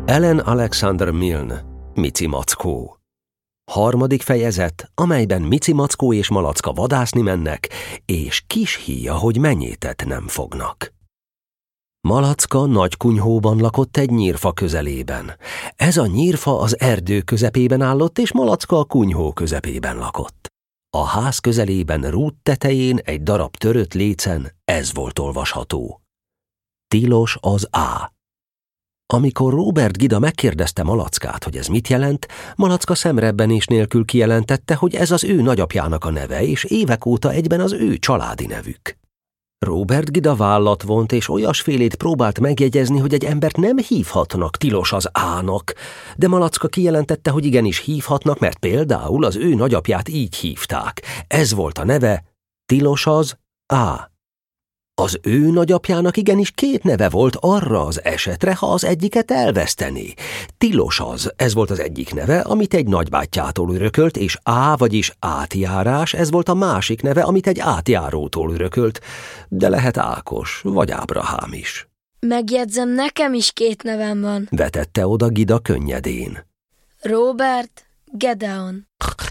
Ellen Alexander Milne, Mici Mackó. 3. fejezet, amelyben Mici Mackó és Malacka vadászni mennek, és kis híja, hogy menyétet nem fognak. Malacka nagy kunyhóban lakott egy nyírfa közelében. Ez a nyírfa az erdő közepében állott, és Malacka a kunyhó közepében lakott. A ház közelében rút tetején egy darab törött lécen ez volt olvasható: tilos az A. Amikor Róbert Gida megkérdezte Malackát, hogy ez mit jelent, Malacka szemrebbenés nélkül kijelentette, hogy ez az ő nagyapjának a neve, és évek óta egyben az ő családi nevük. Róbert Gida vállat vont, és olyasfélét próbált megjegyezni, hogy egy embert nem hívhatnak tilos az A-nak, de Malacka kijelentette, hogy igenis hívhatnak, mert például az ő nagyapját így hívták. Ez volt a neve, tilos az A. Az ő nagyapjának igenis 2 neve volt arra az esetre, ha az egyiket elvesztené. Tilos az, ez volt az egyik neve, amit egy nagybátyjától örökölt, és A, vagyis átjárás, ez volt a másik neve, amit egy átjárótól örökölt, de lehet Ákos, vagy Ábrahám is. Megjegyzem, nekem is 2 nevem van. Vetette oda Gida könnyedén. Robert, Gedeon.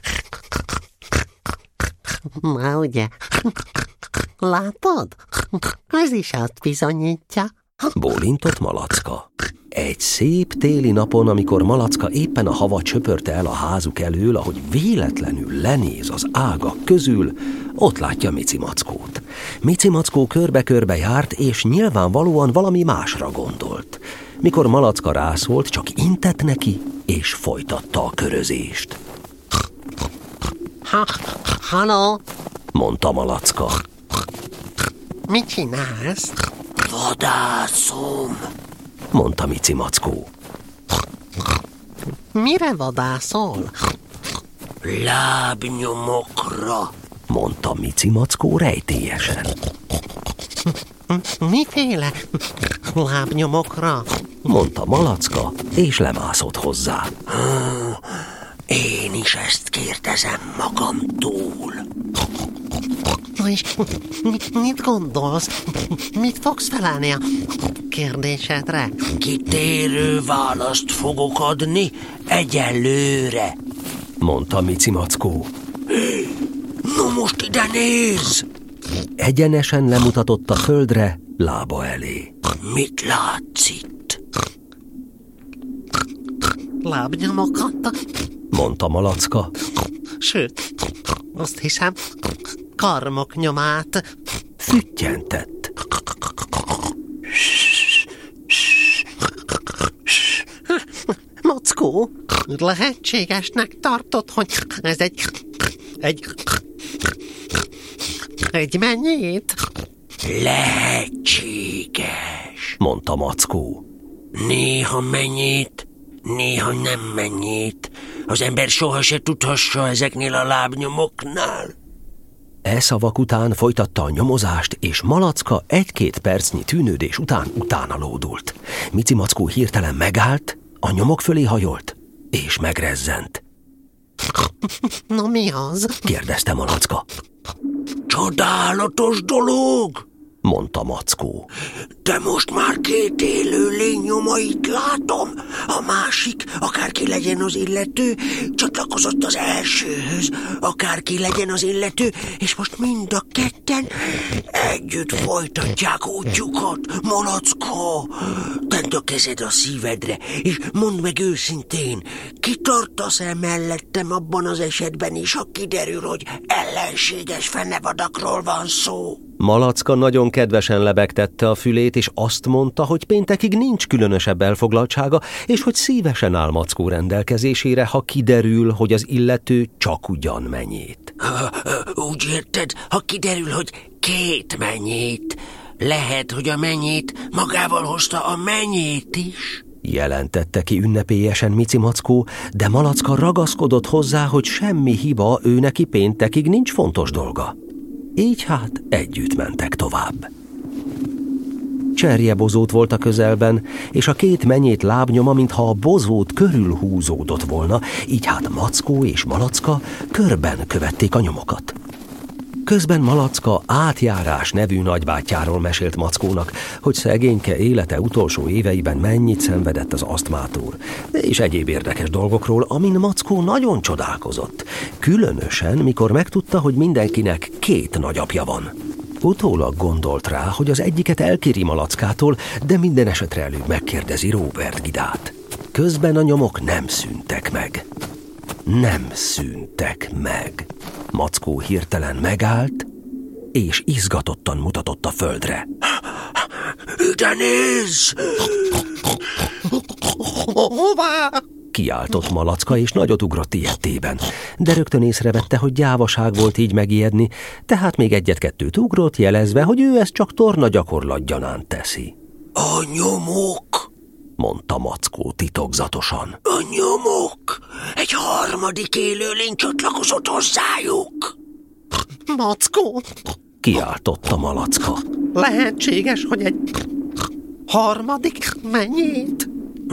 Na ugye, látod? Ez is azt bizonyítja. Bólintott Malacka. Egy szép téli napon, amikor Malacka éppen a havat söpörte el a házuk elől, ahogy véletlenül lenéz az ágak közül, ott látja Mici Mackót. Mici Mackó körbe-körbe járt, és nyilvánvalóan valami másra gondolt. Mikor Malacka rászólt, csak intett neki, és folytatta a körözést. Halló? Mondta Malacka. Mit csinálsz? Vadászom, mondta Mici Mackó. Mire vadászol? lábnyomokra, mondta Mici Mackó rejtélyesen. Miféle lábnyomokra? mondta Malacka, és lemászott hozzá. Én is ezt kérdezem magamtól. És mit gondolsz? Mit fogsz felelni a kérdésedre? Kitérő választ fogok adni egyelőre, mondta Mici Mackó. No most ide nézz! Egyenesen lemutatott a földre, lába elé. Mit látsz itt? Lábnyomokat? Mondta Malacka. Sőt, azt hiszem, karmok nyomát. Füttyentett. Mackó, lehetségesnek tartod, hogy ez egy mennyét? Lehetséges, mondta Mackó. Néha mennyét, néha nem mennyét. Az ember soha se tudhassa ezeknél a lábnyomoknál. E szavak után folytatta a nyomozást, és Malacka 1-2 percnyi tűnődés után utána lódult. Mici Mackó hirtelen megállt, a nyomok fölé hajolt, és megrezzent. Na mi az? kérdezte Malacka. Csodálatos dolog, mondta Mackó. de most már 2 élő lény nyomait látom. A másik, akárki legyen az illető, csatlakozott az elsőhöz, akárki legyen az illető, és most mind a 2 együtt folytatják útjukat. Malacka, tedd a kezed a szívedre, és mondd meg őszintén, kitartasz-e mellettem abban az esetben is, ha kiderül, hogy ellenséges fenevadakról van szó? Malacka nagyon kedvesen lebegtette a fülét, és azt mondta, hogy péntekig nincs különösebb elfoglaltsága, és hogy szívesen áll Mackó rendelkezésére, ha kiderül, hogy az illető csak ugyan mennyét. Úgy érted, ha kiderül, hogy 2 mennyét, lehet, hogy a mennyét magával hozta a mennyét is? Jelentette ki ünnepélyesen Mici Mackó, de Malacka ragaszkodott hozzá, hogy semmi hiba, ő neki péntekig nincs fontos dolga. Így hát együtt mentek tovább. Cserjebozót volt a közelben, és a 2 mennyét lábnyoma, mintha a bozót körül húzódott volna, így hát Mackó és Malacka körben követték a nyomokat. Közben Malacka Átjárás nevű nagybátyjáról mesélt Mackónak, hogy szegényke élete utolsó éveiben mennyit szenvedett az asztmától, és egyéb érdekes dolgokról, amin Mackó nagyon csodálkozott. Különösen, mikor megtudta, hogy mindenkinek 2 nagyapja van. Utólag gondolt rá, hogy az egyiket elkéri Malackától, de minden esetre előbb megkérdezi Róbert Gidát. Közben a nyomok nem szűntek meg. Nem szűntek meg. Mackó hirtelen megállt, és izgatottan mutatott a földre. Ide nézz! Hová? Kiáltott Malacka, és nagyot ugrott ijedtében. De rögtön észrevette, hogy gyávaság volt így megijedni, tehát még 1-2 ugrott, jelezve, hogy ő ezt csak torna gyakorlat gyanánt teszi. A nyomok, mondta Mackó titokzatosan. a nyomok! Egy harmadik élőlény csatlakozott hozzájuk. Mackó, Kiáltotta Malacka. lehetséges, hogy egy harmadik mennyit?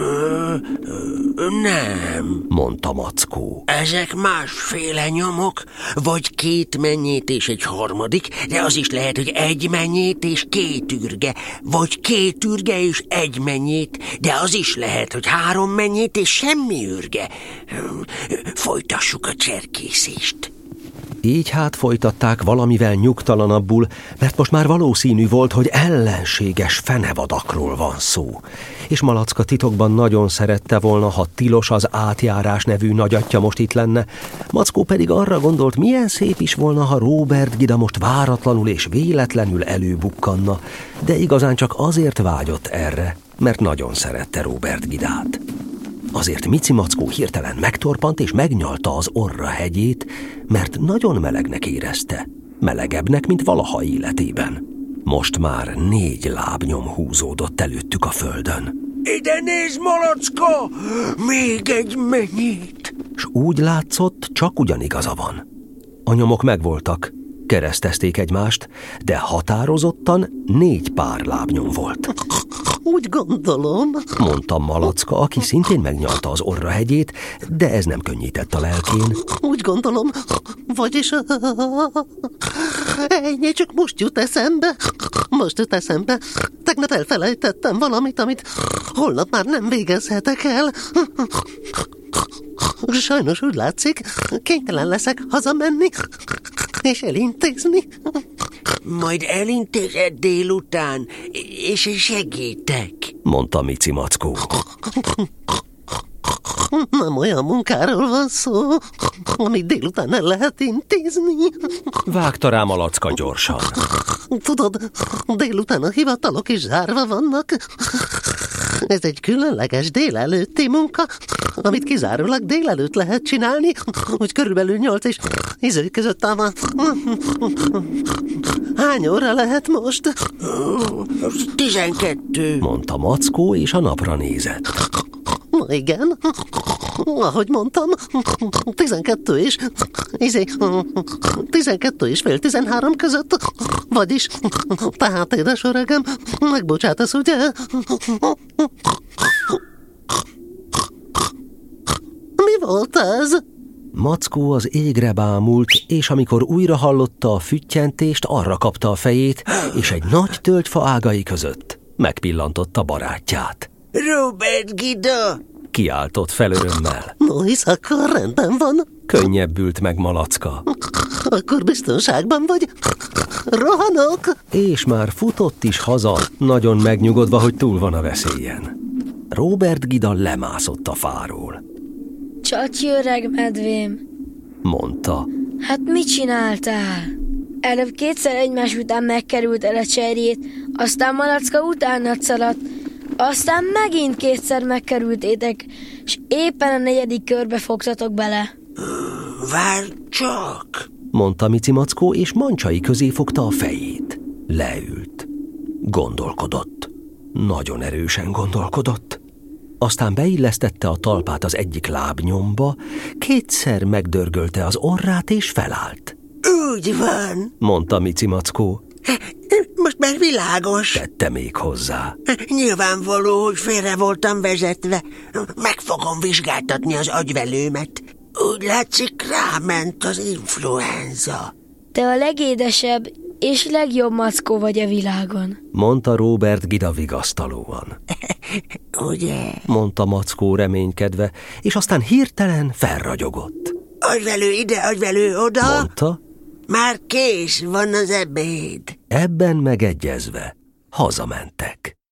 Nem, Mondta Mackó. ezek másféle nyomok, vagy 2 mennyét és egy harmadik, de az is lehet, hogy 1 mennyét és 2 ürge, vagy 2 ürge és 1 mennyét, de az is lehet, hogy 3 mennyét és semmi ürge. Folytassuk a cserkészést. Így hát folytatták valamivel nyugtalanabbul, mert most már valószínű volt, hogy ellenséges fenevadakról van szó. És Malacka titokban nagyon szerette volna, ha Tilos az Átjárás nevű nagyatya most itt lenne. Mackó pedig arra gondolt, milyen szép is volna, ha Róbert Gida most váratlanul és véletlenül előbukkanna, de igazán csak azért vágyott erre, mert nagyon szerette Róbert Gidát. Azért Mici Mackó hirtelen megtorpant és megnyalta az orra hegyét, mert nagyon melegnek érezte. Melegebbnek, mint valaha életében. Most már 4 lábnyom húzódott előttük a földön. Ide nézz, Malacka! Még egy mennyit! S úgy látszott, csak ugyanigaza van. A nyomok megvoltak, keresztezték egymást, de határozottan 4 pár lábnyom volt. Úgy gondolom, Mondta Malacka, aki szintén megnyalta az orra hegyét, de ez nem könnyített a lelkén. úgy gondolom, vagyis ennyi csak most jut eszembe. Most jut eszembe. Tegnap elfelejtettem valamit, amit holnap már nem végezhetek el. Sajnos úgy látszik, kénytelen leszek hazamenni és elintézni. Majd elintézed délután, és segítek. Mondta Mici Mackó. Nem olyan munkáról van szó, amit délután el lehet intézni. Vágta rá Malacka gyorsan. Tudod, délután a hivatalok is zárva vannak. Ez egy különleges délelőtti munka, amit kizárólag délelőtt lehet csinálni, hogy körülbelül 8 és 10 között van. Hány óra lehet most? 12. Mondta Mackó, és a napra nézett. Na igen, ahogy mondtam, 12 és 12 és fél 13 között, vagyis, tehát édes öregem, megbocsátasz, ugye? Mi volt ez? Mackó az égre bámult, és amikor újra hallotta a füttyentést, arra kapta a fejét, és egy nagy tölgyfa ágai között megpillantotta barátját. Róbert Gida! Kiáltott fel örömmel. No, hisz akkor rendben van. Könnyebbült meg Malacka. Akkor biztonságban vagy. Rohanok! És már futott is haza, nagyon megnyugodva, hogy túl van a veszélyen. Róbert Gida lemászott a fáról. Csatyi öreg medvém, Mondta. hát mit csináltál? Előbb 2-szer egymás után megkerültél a cserjét, aztán Malacka utánad szaladt, aztán megint 2-szer megkerültétek, és éppen a 4. körbe fogtatok bele. Várj csak! Mondta Mici Mackó, és mancsai közé fogta a fejét. Leült. Gondolkodott. Nagyon erősen gondolkodott. Aztán beillesztette a talpát az egyik lábnyomba, 2-szer megdörgölte az orrát, és felállt. Úgy van. Mondta Mici Mackó. Most már világos. Tette még hozzá. Nyilvánvaló, hogy félre voltam vezetve. Meg fogom vizsgáltatni az agyvelőmet. Úgy látszik, ráment az influenza. Te a legédesebb és legjobb mackó vagy a világon, mondta Róbert Gida vigasztalóan. Ugye? Mondta Mackó reménykedve, és aztán hirtelen felragyogott. Agyvelő ide, agyvelő oda. Mondta, Már kés van az ebéd. ebben megegyezve hazamentek.